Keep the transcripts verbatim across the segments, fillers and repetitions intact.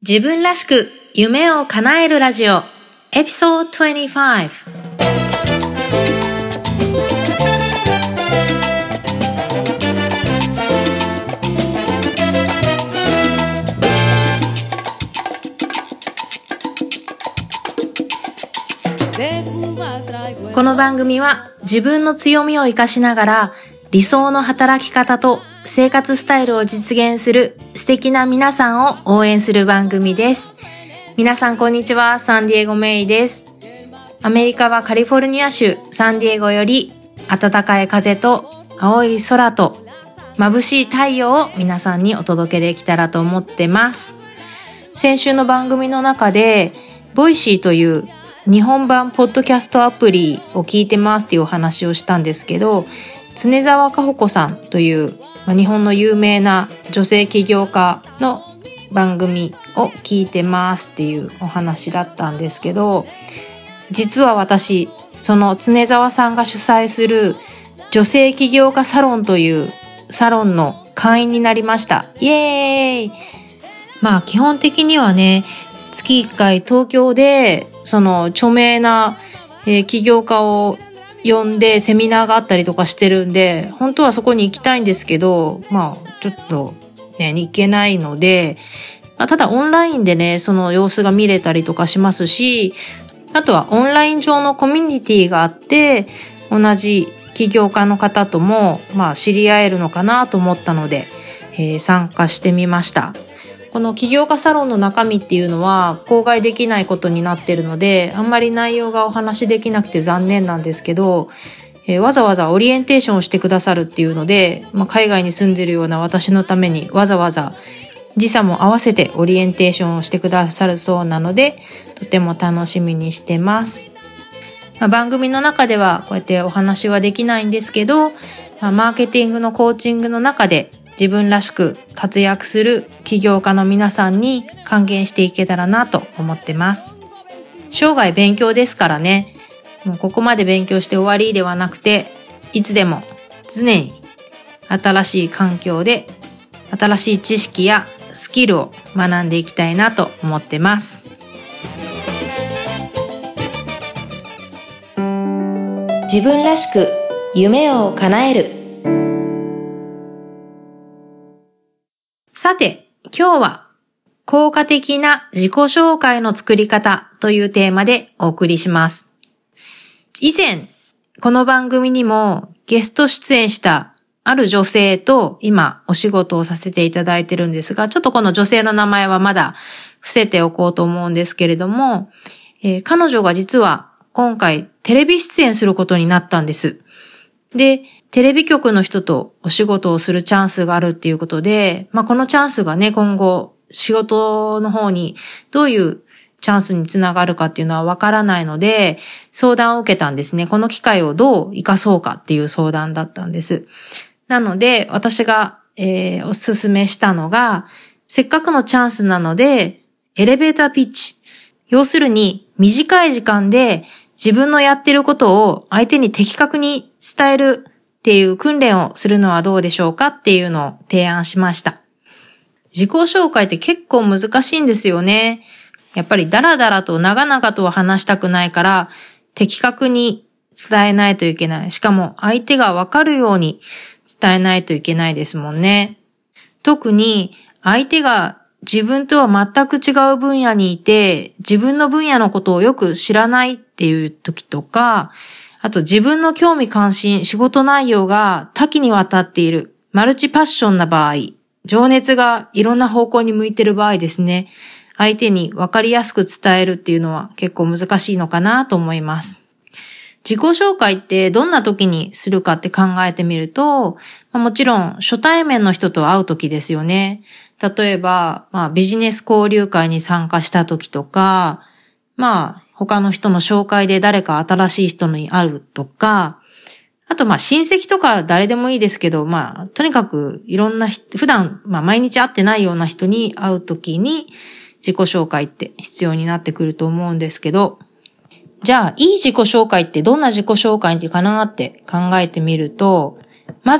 自分らしく夢を叶えるラジオエピソードにじゅうご。この番組は自分の強みを生かしながら理想の働き方と生活スタイルを実現する素敵な皆さんを応援する番組です。皆さんこんにちは、サンディエゴメイです。アメリカはカリフォルニア州サンディエゴより暖かい風と青い空と眩しい太陽を皆さんにお届けできたらと思ってます。先週の番組の中でボイシーという日本版ポッドキャストアプリを聞いてますっていうお話をしたんですけど、常沢かほ子さんという、まあ、日本の有名な女性起業家の番組を聞いてますっていうお話だったんですけど、実は私その常沢さんが主催する女性起業家サロンというサロンの会員になりました。イエーイ。まあ基本的にはね、月いっかい東京でその著名な、えー、起業家を呼んでセミナーがあったりとかしてるんで、本当はそこに行きたいんですけど、まあちょっとね行けないので、まあ、ただオンラインでねその様子が見れたりとかしますし、あとはオンライン上のコミュニティがあって同じ起業家の方ともまあ知り合えるのかなと思ったので、えー、参加してみました。この起業家サロンの中身っていうのは口外できないことになってるので、あんまり内容がお話できなくて残念なんですけど、えー、わざわざオリエンテーションをしてくださるっていうので、まあ、海外に住んでるような私のためにわざわざ時差も合わせてオリエンテーションをしてくださるそうなので、とても楽しみにしてます。まあ、番組の中ではこうやってお話はできないんですけど、まあ、マーケティングのコーチングの中で自分らしく活躍する起業家の皆さんに還元していけたらなと思ってます。生涯勉強ですからね、もうここまで勉強して終わりではなくて、いつでも常に新しい環境で新しい知識やスキルを学んでいきたいなと思ってます。自分らしく夢を叶える。さて、今日は効果的な自己紹介の作り方というテーマでお送りします。以前、この番組にもゲスト出演したある女性と今お仕事をさせていただいてるんですが、ちょっとこの女性の名前はまだ伏せておこうと思うんですけれども、えー、彼女が実は今回テレビ出演することになったんです。で、テレビ局の人とお仕事をするチャンスがあるっていうことで、まあこのチャンスがね、今後仕事の方にどういうチャンスにつながるかっていうのはわからないので、相談を受けたんですね。この機会をどう活かそうかっていう相談だったんです。なので、私が、えー、おすすめしたのが、せっかくのチャンスなので、エレベーターピッチ。要するに、短い時間で自分のやってることを相手に的確に伝えるっていう訓練をするのはどうでしょうかっていうのを提案しました。自己紹介って結構難しいんですよね。やっぱりダラダラと長々とは話したくないから、的確に伝えないといけない。しかも相手がわかるように伝えないといけないですもんね。特に相手が自分とは全く違う分野にいて、自分の分野のことをよく知らないっていう時とか、あと自分の興味関心、仕事内容が多岐にわたっている、マルチパッションな場合、情熱がいろんな方向に向いている場合ですね、相手に分かりやすく伝えるっていうのは結構難しいのかなと思います。自己紹介ってどんな時にするかって考えてみると、もちろん初対面の人と会う時ですよね。例えば、まあ、ビジネス交流会に参加した時とか、まあ他の人の紹介で誰か新しい人に会うとか、あとまあ親戚とか誰でもいいですけど、まあとにかくいろんな人、普段まあ毎日会ってないような人に会う時に自己紹介って必要になってくると思うんですけど、じゃあいい自己紹介ってどんな自己紹介かなって考えてみると、まず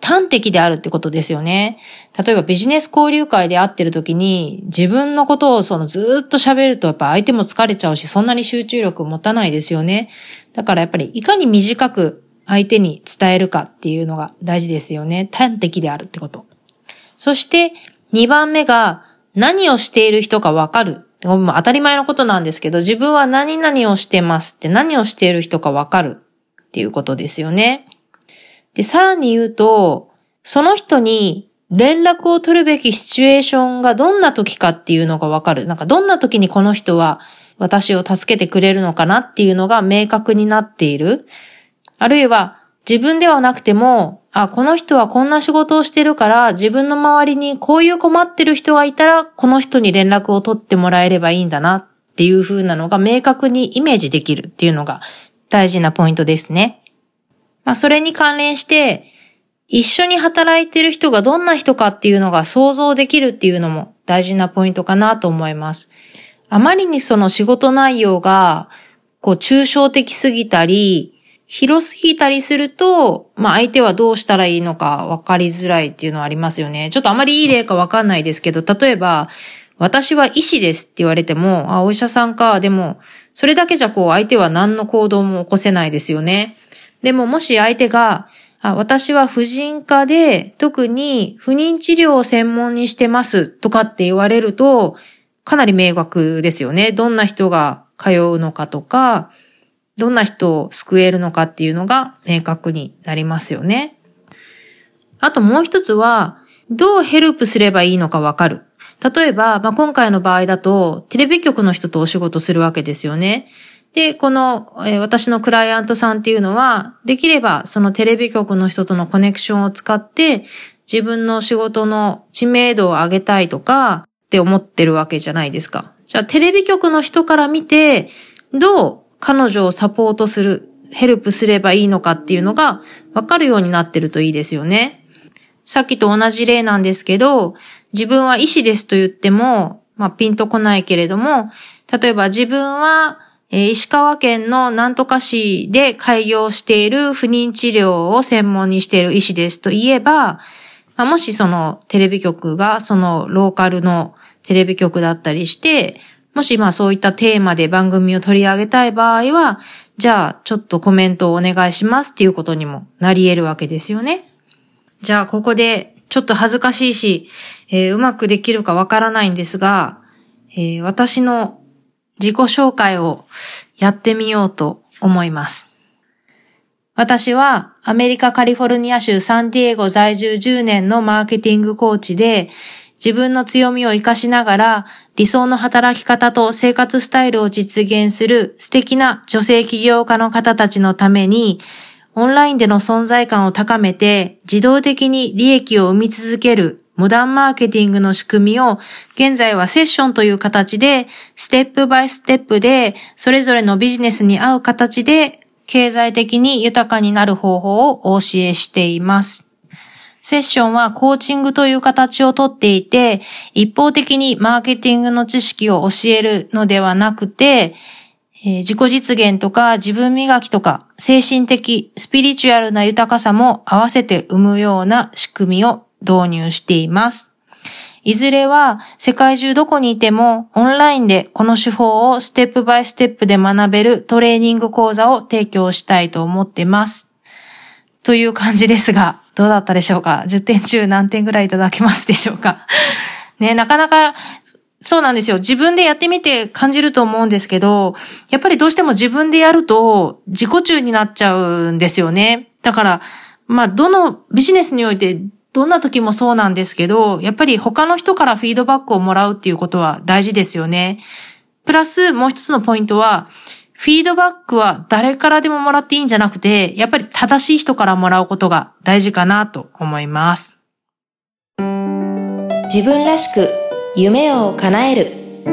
端的であるってことですよね。例えばビジネス交流会で会ってる時に自分のことをそのずーっと喋るとやっぱ相手も疲れちゃうし、そんなに集中力持たないですよね。だからやっぱりいかに短く相手に伝えるかっていうのが大事ですよね。端的であるってこと。そしてにばんめが何をしている人かわかる。当たり前のことなんですけど、自分は何々をしてますって何をしている人かわかるっていうことですよね。で、さらに言うと、その人に連絡を取るべきシチュエーションがどんな時かっていうのがわかる。なんかどんな時にこの人は私を助けてくれるのかなっていうのが明確になっている。あるいは自分ではなくても、あ、この人はこんな仕事をしてるから自分の周りにこういう困ってる人がいたらこの人に連絡を取ってもらえればいいんだなっていう風なのが明確にイメージできるっていうのが大事なポイントですね。まあ、それに関連して、一緒に働いてる人がどんな人かっていうのが想像できるっていうのも大事なポイントかなと思います。あまりにその仕事内容が、こう、抽象的すぎたり、広すぎたりすると、まあ、相手はどうしたらいいのか分かりづらいっていうのはありますよね。ちょっとあまりいい例か分かんないですけど、例えば、私は医師ですって言われても、あ、お医者さんか、でも、それだけじゃこう、相手は何の行動も起こせないですよね。でももし相手が、あ、私は婦人科で特に不妊治療を専門にしてますとかって言われるとかなり迷惑ですよね。どんな人が通うのかとか、どんな人を救えるのかっていうのが明確になりますよね。あともう一つは、どうヘルプすればいいのかわかる。例えば、まあ、今回の場合だとテレビ局の人とお仕事するわけですよね。で、この、えー、私のクライアントさんっていうのは、できればそのテレビ局の人とのコネクションを使って自分の仕事の知名度を上げたいとかって思ってるわけじゃないですか。じゃあテレビ局の人から見て、どう彼女をサポートする、ヘルプすればいいのかっていうのが分かるようになってるといいですよね。さっきと同じ例なんですけど、自分は医師ですと言っても、まあピンとこないけれども、例えば自分はえー、石川県のなんとか市で開業している不妊治療を専門にしている医師ですと言えば、まあ、もしそのテレビ局がそのローカルのテレビ局だったりして、もしまあそういったテーマで番組を取り上げたい場合は、じゃあちょっとコメントをお願いしますっていうことにもなり得るわけですよね。じゃあここでちょっと恥ずかしいし、えー、うまくできるかわからないんですが、えー、私の自己紹介をやってみようと思います。私はアメリカカリフォルニア州サンディエゴ在住じゅうねんのマーケティングコーチで、自分の強みを活かしながら理想の働き方と生活スタイルを実現する素敵な女性起業家の方たちのために、オンラインでの存在感を高めて自動的に利益を生み続けるモダンマーケティングの仕組みを現在はセッションという形でステップバイステップでそれぞれのビジネスに合う形で経済的に豊かになる方法をお教えしています。セッションはコーチングという形をとっていて、一方的にマーケティングの知識を教えるのではなくて、えー、自己実現とか自分磨きとか精神的、スピリチュアルな豊かさも合わせて生むような仕組みを導入しています。いずれは世界中どこにいてもオンラインでこの手法をステップバイステップで学べるトレーニング講座を提供したいと思ってます。という感じですが、どうだったでしょうか？じゅってん中何点ぐらいいただけますでしょうか？ね、なかなかそうなんですよ。自分でやってみて感じると思うんですけど、やっぱりどうしても自分でやると自己中になっちゃうんですよね。だから、まあ、どのビジネスにおいてどんな時もそうなんですけど、やっぱり他の人からフィードバックをもらうっていうことは大事ですよね。プラスもう一つのポイントは、フィードバックは誰からでももらっていいんじゃなくて、やっぱり正しい人からもらうことが大事かなと思います。 自分らしく夢を叶える。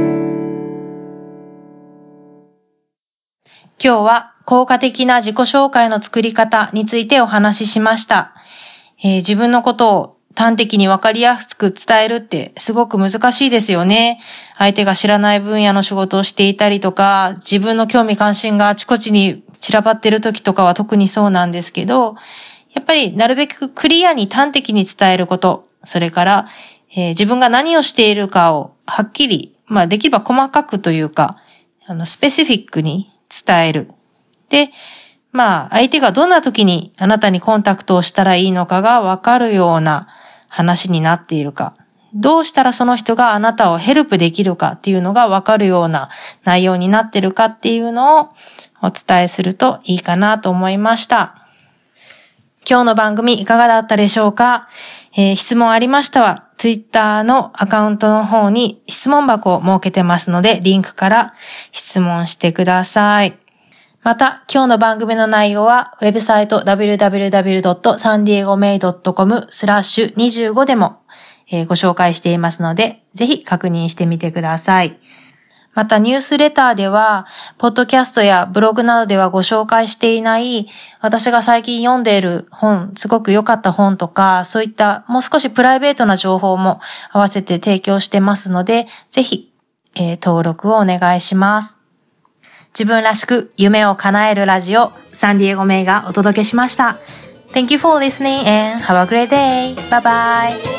今日は効果的な自己紹介の作り方についてお話ししました。えー、自分のことを端的にわかりやすく伝えるってすごく難しいですよね。相手が知らない分野の仕事をしていたりとか、自分の興味関心があちこちに散らばってる時とかは特にそうなんですけど、 やっぱりなるべくクリアに端的に伝えること、それから、えー、自分が何をしているかをはっきり、まあできれば細かくというか、あの、スペシフィックに伝える。で、まあ相手がどんな時にあなたにコンタクトをしたらいいのかがわかるような話になっているか、どうしたらその人があなたをヘルプできるかっていうのがわかるような内容になっているかっていうのをお伝えするといいかなと思いました。今日の番組いかがだったでしょうか？えー、質問ありましたら、Twitter のアカウントの方に質問箱を設けてますので、リンクから質問してください。また、今日の番組の内容は、ウェブサイト ダブリューダブリューダブリュードットサンディエゴメイドットコムスラッシュにじゅうご でも、えー、ご紹介していますので、ぜひ確認してみてください。またニュースレターでは、ポッドキャストやブログなどではご紹介していない、私が最近読んでいる本、すごく良かった本とか、そういったもう少しプライベートな情報も合わせて提供してますので、ぜひ、えー、登録をお願いします。自分らしく夢を叶えるラジオ、サンディエゴメイがお届けしました。Thank you for listening and have a great day. Bye bye.